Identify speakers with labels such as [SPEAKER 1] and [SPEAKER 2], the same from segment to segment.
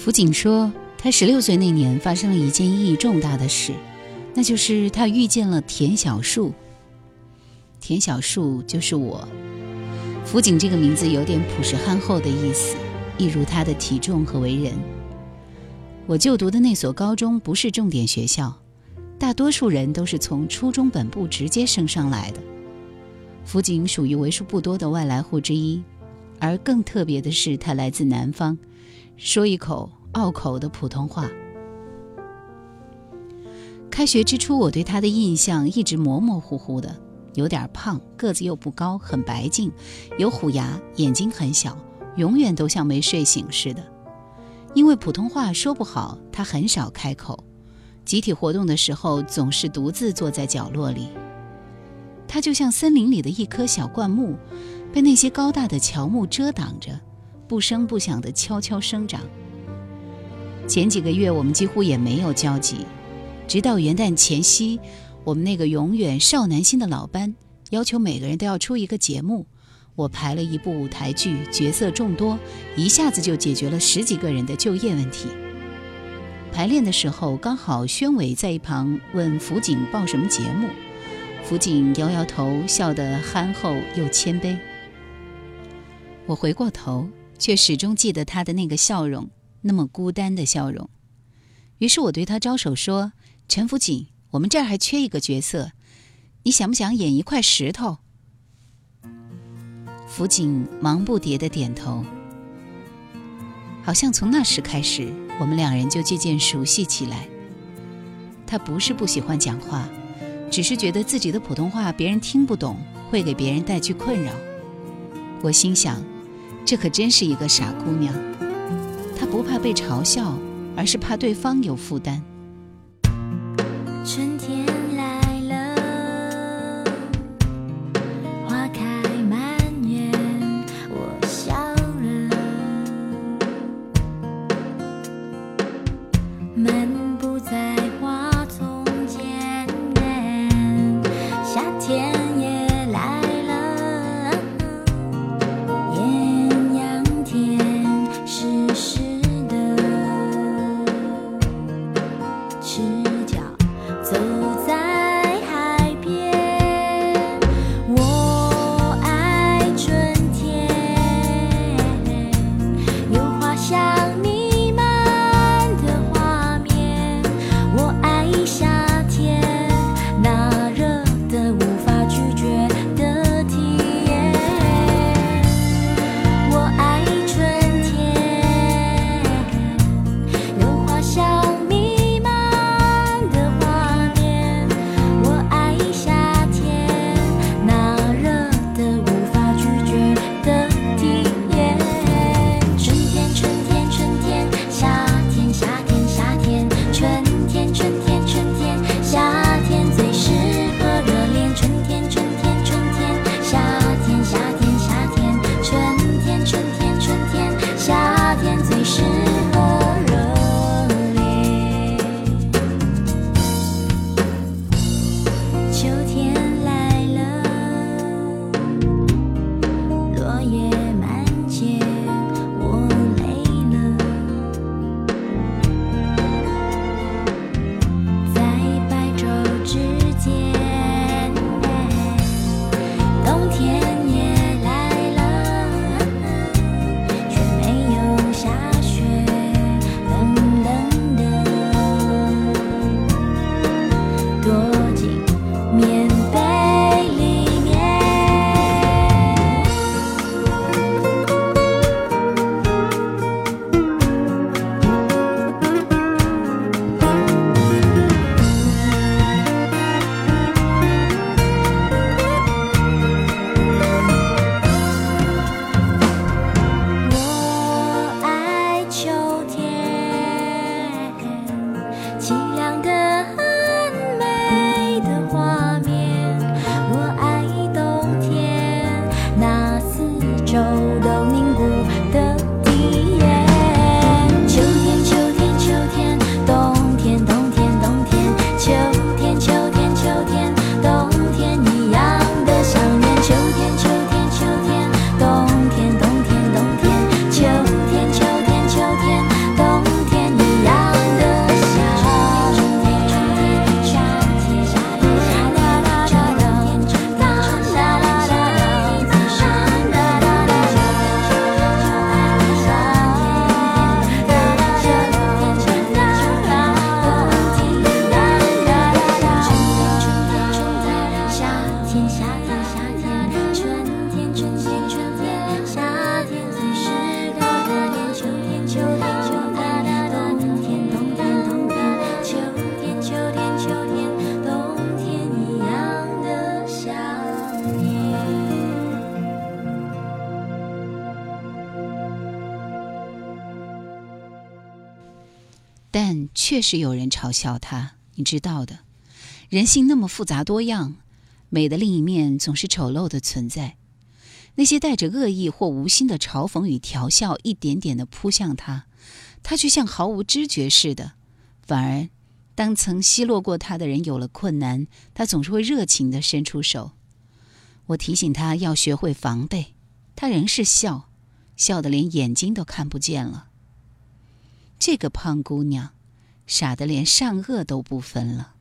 [SPEAKER 1] 福景说，他16岁那年发生了一件意义重大的事，那就是他遇见了田小树。田小树就是我。福景这个名字有点朴实憨厚的意思，一如他的体重和为人。我就读的那所高中不是重点学校，大多数人都是从初中本部直接升上来的。福景属于为数不多的外来户之一，而更特别的是他来自南方，说一口拗口的普通话。开学之初，我对他的印象一直模模糊糊的，有点胖，个子又不高，很白净，有虎牙，眼睛很小，永远都像没睡醒似的。因为普通话说不好，他很少开口，集体活动的时候总是独自坐在角落里。他就像森林里的一棵小灌木，被那些高大的乔木遮挡着，不声不响地悄悄生长。前几个月我们几乎也没有交集，直到元旦前夕，我们那个永远少男心的老班要求每个人都要出一个节目，我排了一部舞台剧，角色众多，一下子就解决了10几个人的就业问题。排练的时候，刚好宣伟在一旁问福景报什么节目，福景摇摇头，笑得憨厚又谦卑。我回过头，却始终记得他的那个笑容，那么孤单的笑容。于是我对他招手说，陈福景，我们这儿还缺一个角色，你想不想演一块石头？福景忙不迭地点头。好像从那时开始，我们两人就渐渐熟悉起来。他不是不喜欢讲话，只是觉得自己的普通话别人听不懂，会给别人带去困扰。我心想，这可真是一个傻姑娘。她不怕被嘲笑，而是怕对方有负担。
[SPEAKER 2] 春天来了，花开满园，我笑了，漫步在花丛间，夏天也来了，艳阳天湿湿的，赤脚走在
[SPEAKER 1] 但确实有人嘲笑她，你知道的，人性那么复杂多样，美的另一面总是丑陋的存在。那些带着恶意或无心的嘲讽与调笑一点点地扑向她，她却像毫无知觉似的。反而当曾奚落过她的人有了困难，她总是会热情地伸出手。我提醒她要学会防备，她仍是笑，笑得连眼睛都看不见了。这个胖姑娘傻得连善恶都不分了。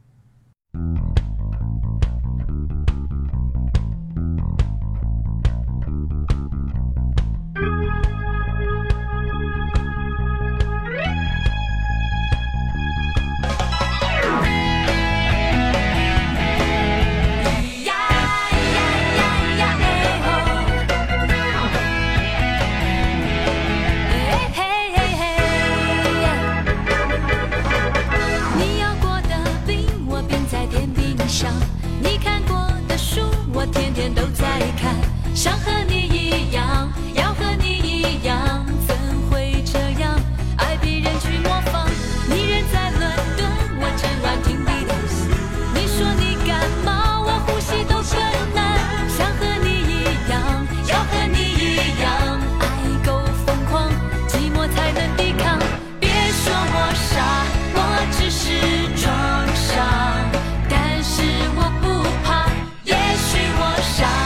[SPEAKER 2] 想和你一样，要和你一样，怎会这样？爱别人去模仿，你人在伦敦，我正乱听你的心。你说你感冒，我呼吸都困难。想和你一样，要和你一样，爱够疯狂，寂寞才能抵抗。别说我傻，我只是装傻，但是我不怕。也许我傻。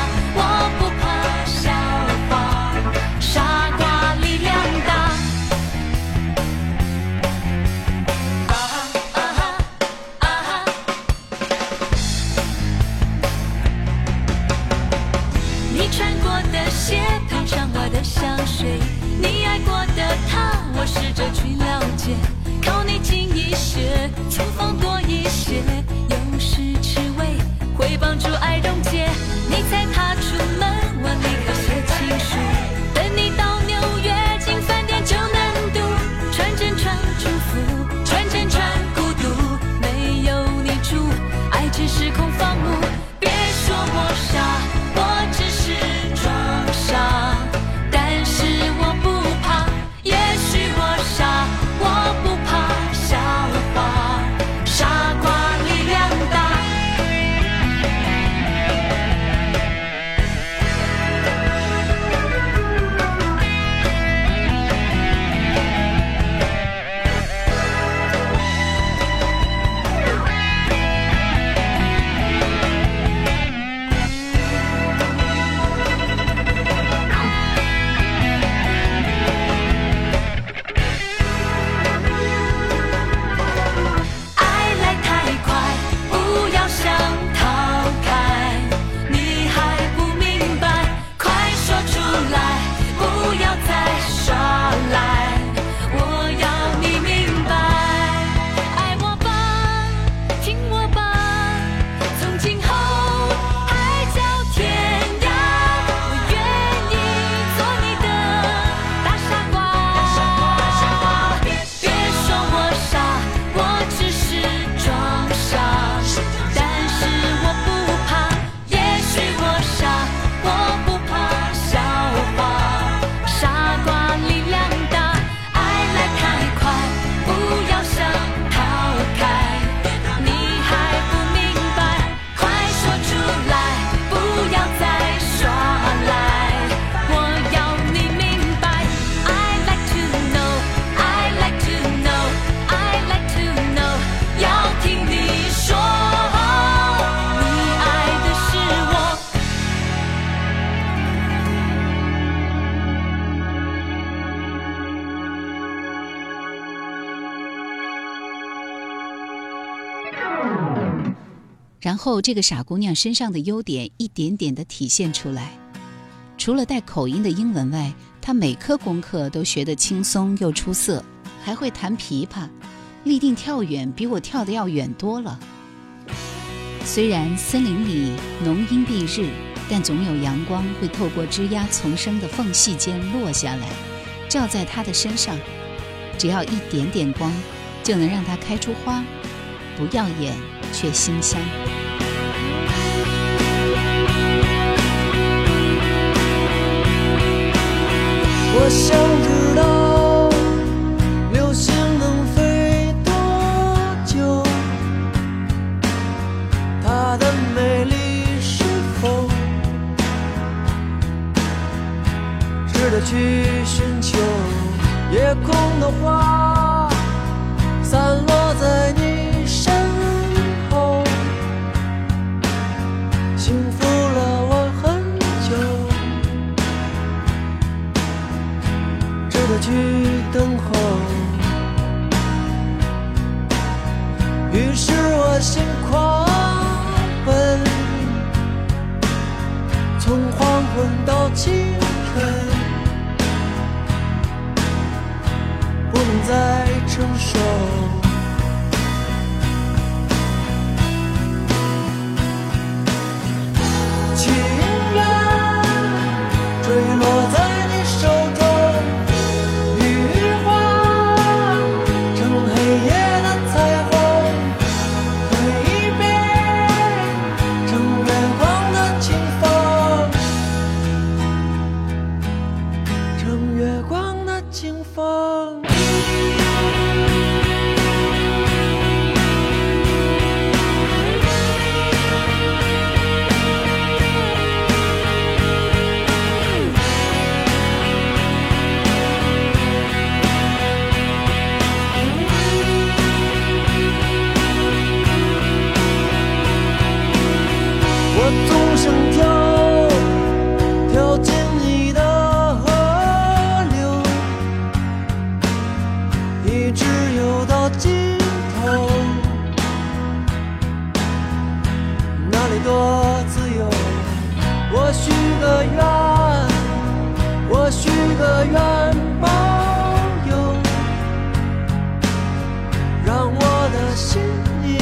[SPEAKER 2] 你爱过的他，我试着去了解，靠你近一些，厨房多一些，有时吃味会帮助爱溶解。你才踏出门，我立刻写情书，等你到纽约进饭店就能读，穿真穿祝福，穿真穿孤独，没有你住，爱只是空房屋。别说我傻，我只是装傻。
[SPEAKER 1] 然后这个傻姑娘身上的优点一点点地体现出来。除了带口音的英文外，她每科功课都学得轻松又出色，还会弹琵琶，立定跳远比我跳得要远多了。虽然森林里浓荫蔽日，但总有阳光会透过枝桠丛生的缝隙间落下来，照在她的身上。只要一点点光，就能让它开出花，不耀眼却馨香。
[SPEAKER 3] 我想知道流星能飞的花散落在你身后，幸福了我很久，值得去等候。于是我心狂奔，从黄昏到清晨，不能再承受。情缘坠落在你手中，雨花成黑夜的彩虹，蜕变成月光的清风，成月光的清风。我纵身跳进你的河流，一直游到尽头，那里多自由。我许个愿，我许个愿，保佑，让我的心灵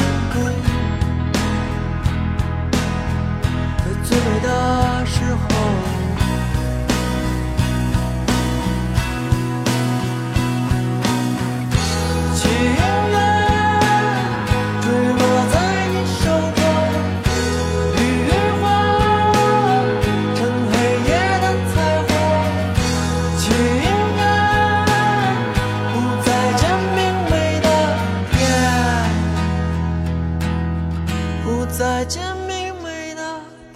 [SPEAKER 3] 最美的时候，情缘坠落在你手中，雨花成黑夜的彩虹，情缘不再见明媚的天，不再见明媚的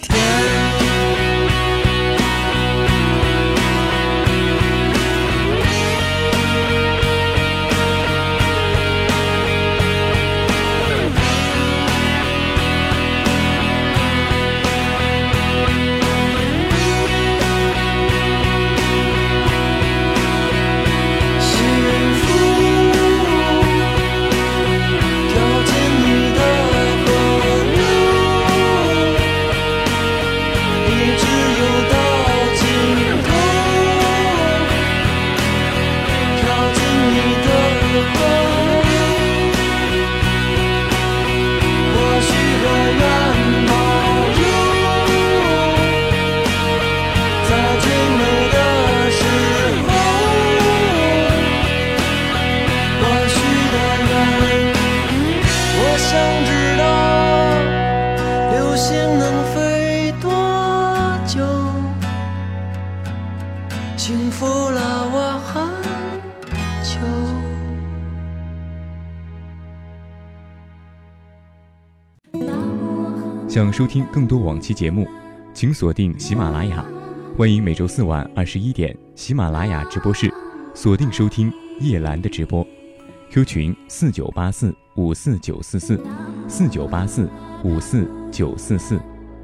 [SPEAKER 3] 幸福了我很久。
[SPEAKER 4] 想收听更多往期节目，请锁定喜马拉雅。欢迎每周4晚21点喜马拉雅直播室锁定收听叶兰的直播。Q 群4984-54944，4984-54944。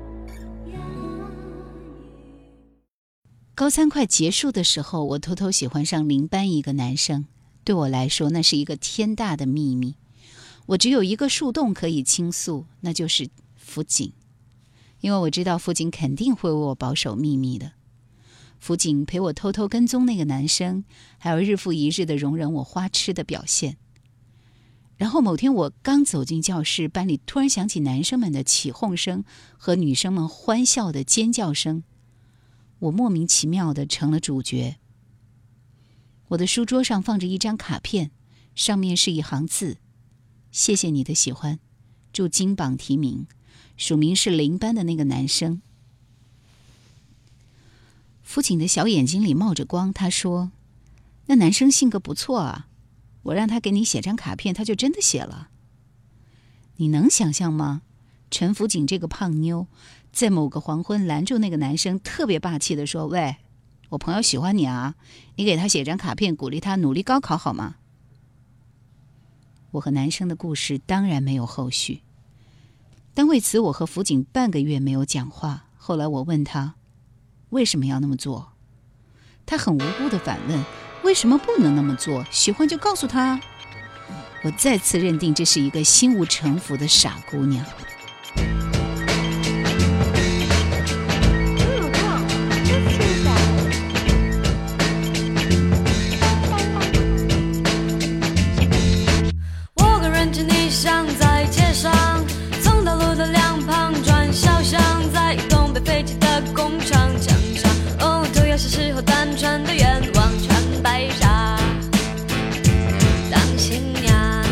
[SPEAKER 1] 高3快结束的时候，我偷偷喜欢上邻班一个男生，对我来说那是一个天大的秘密。我只有一个树洞可以倾诉，那就是辅警，因为我知道辅警肯定会为我保守秘密的。辅警陪我偷偷跟踪那个男生，还有日复一日的容忍我花痴的表现。然后某天我刚走进教室，班里突然响起男生们的起哄声和女生们欢笑的尖叫声，我莫名其妙地成了主角。我的书桌上放着一张卡片，上面是一行字：谢谢你的喜欢，祝金榜题名，署名是邻班的那个男生。父亲的小眼睛里冒着光，他说：那男生性格不错啊，我让他给你写张卡片，他就真的写了。你能想象吗？陈辅警这个胖妞在某个黄昏拦住那个男生，特别霸气地说：喂， 我朋友喜欢你啊，你给他写张卡片鼓励他努力高考好吗？我和男生的故事当然没有后续，但为此我和辅警半个月没有讲话。后来我问他为什么要那么做，他很无辜地反问为什么不能那么做，喜欢就告诉他。我再次认定这是一个心无城府的傻姑娘。
[SPEAKER 2] 我跟人间逆向在街上，从道路的两旁转小巷，在东北废弃的工厂墙上，哦，涂鸦是时候单纯的愿望，穿白纱当新娘。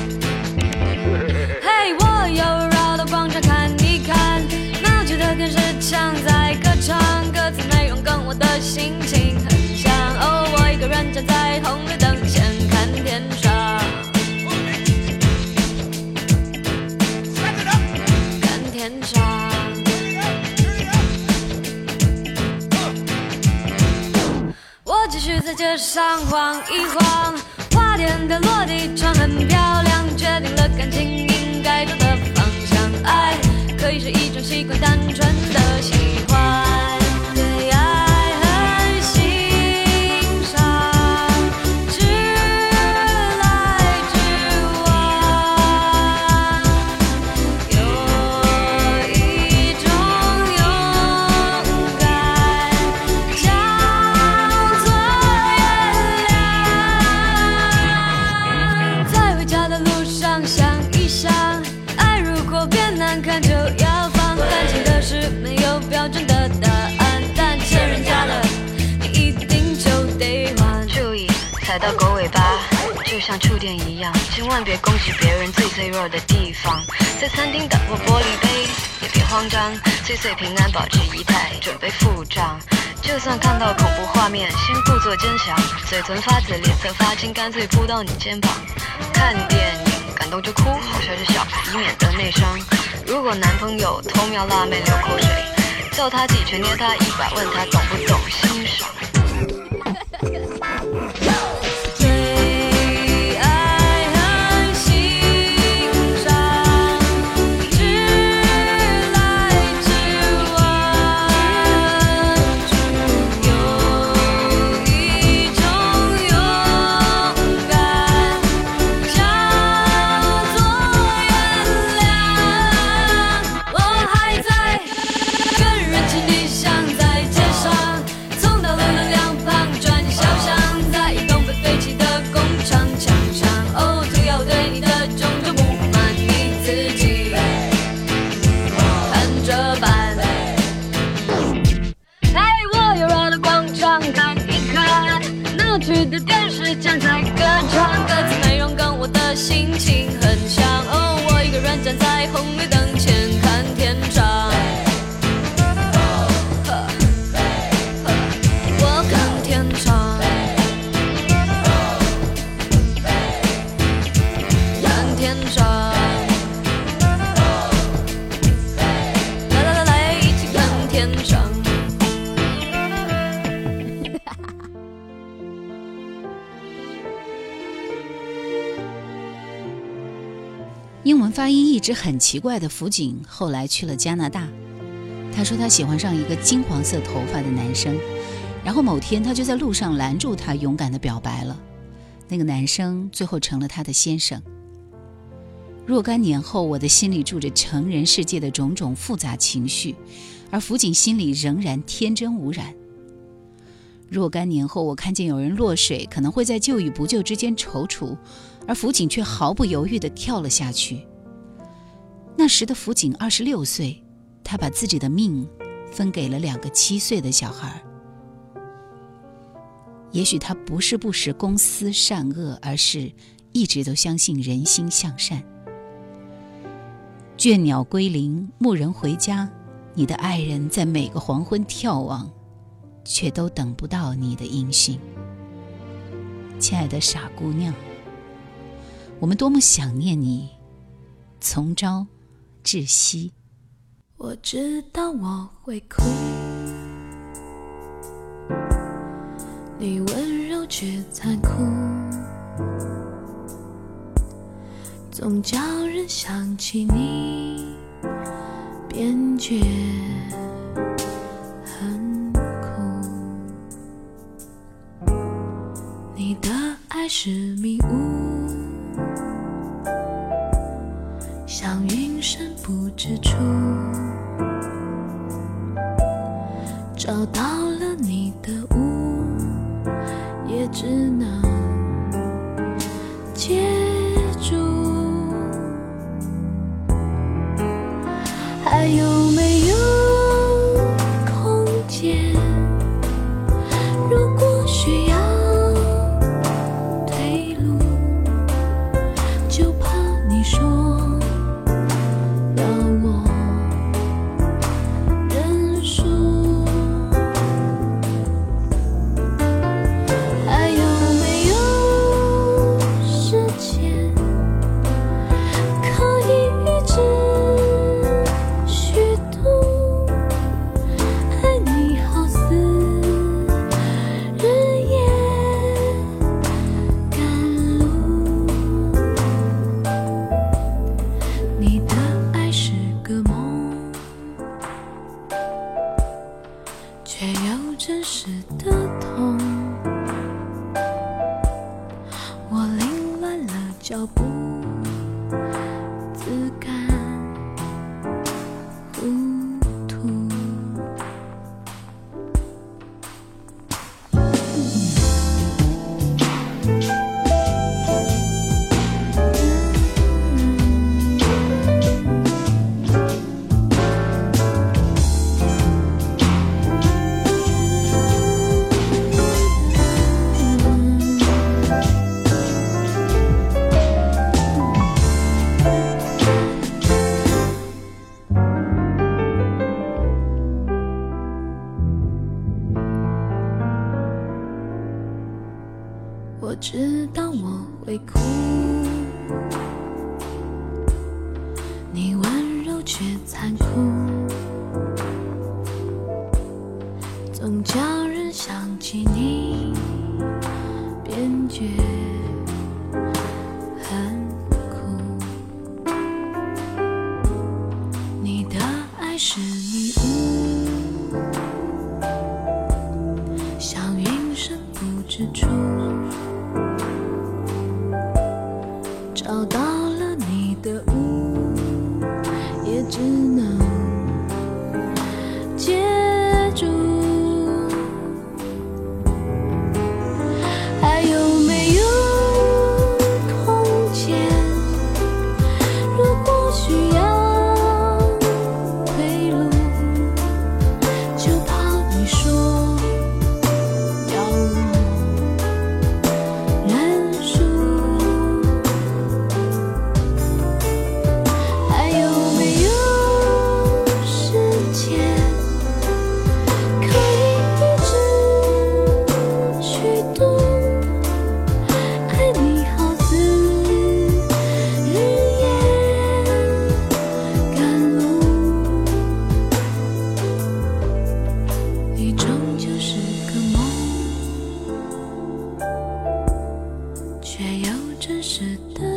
[SPEAKER 2] 嘿，我又绕到广场看一看，闹剧的电视墙在歌唱，歌词内容跟我的心情很像。哦，我一个人站在红绿灯前看天上。我继续在街上晃一晃，花店的落地窗很漂亮，决定了感情应该走的方向。爱可以是一种习惯，单纯的喜欢，对爱很欣赏，直来直往，有一种勇敢叫做原谅。在回家的路上想一想，爱如果变难看就要放，感情的事没有标准的答案，但欠人家的你一定就得还。
[SPEAKER 5] 注意踩到狗尾巴，就像触电一样，千万别攻击别人最脆弱的地方。在餐厅打破玻璃杯也别慌张，岁岁平安保持仪态，准备付账。就算看到恐怖画面，先故作坚强，嘴唇发紫脸色发青，干脆扑到你肩膀。看电影感动就哭，好笑就笑，以免得内伤。如果男朋友偷瞄辣妹流口水，叫他几拳捏他一把，问他懂不懂欣赏。
[SPEAKER 2] 对爱很欣赏，直来直往，有一种勇敢叫做原谅。我还在跟人群逆向在街上，从道路的两旁转小巷，在东北废弃的工厂墙上，哦，涂鸦对你的种种不满，你自己看着办。嘿，我又绕到广场看一看，闹剧的电视墙在歌唱，歌词内容跟我的心情很像。哦，我一个人站在红绿灯前看天上。我看天上，看天上，来来来来，一起看天上。
[SPEAKER 1] 英文发音一直很奇怪的辅警后来去了加拿大，他说他喜欢上一个金黄色头发的男生，然后某天他就在路上拦住他，勇敢地表白了。那个男生最后成了他的先生。若干年后，我的心里住着成人世界的种种复杂情绪，而辅警心里仍然天真无染。若干年后，我看见有人落水，可能会在救与不救之间踌躇，而辅警却毫不犹豫地跳了下去。那时的辅警26岁，他把自己的命分给了2个7岁的小孩。也许他不是不识公私善恶，而是一直都相信人心向善。倦鸟归林，牧人回家，你的爱人在每个黄昏眺望，却都等不到你的音讯。亲爱的傻姑娘，我们多么想念你，从朝至夕。
[SPEAKER 2] 我知道我会哭， 你温柔却残酷，总叫人想起你，边觉很苦。你的爱是迷雾，像云深不知处，找到了你的雾，也只能接住。还有没有空间？如果需要退路，就怕你说要我认输。还有没有时间可以预知虚度？爱你好似日夜赶路，你的爱是个梦，却又真实的痛。我凌乱了脚步，自甘糊涂。我知道我会哭，你温柔却残酷，总叫人想起你，边觉很苦。你的爱是迷雾，像云深不知处，找到了你的雾，也只能接住。还有没有空间？如果需要退路，就怕你说要我认输。还有没有时间可以预知虚度？爱你好似日夜赶路，你终究是个梦，却又真实的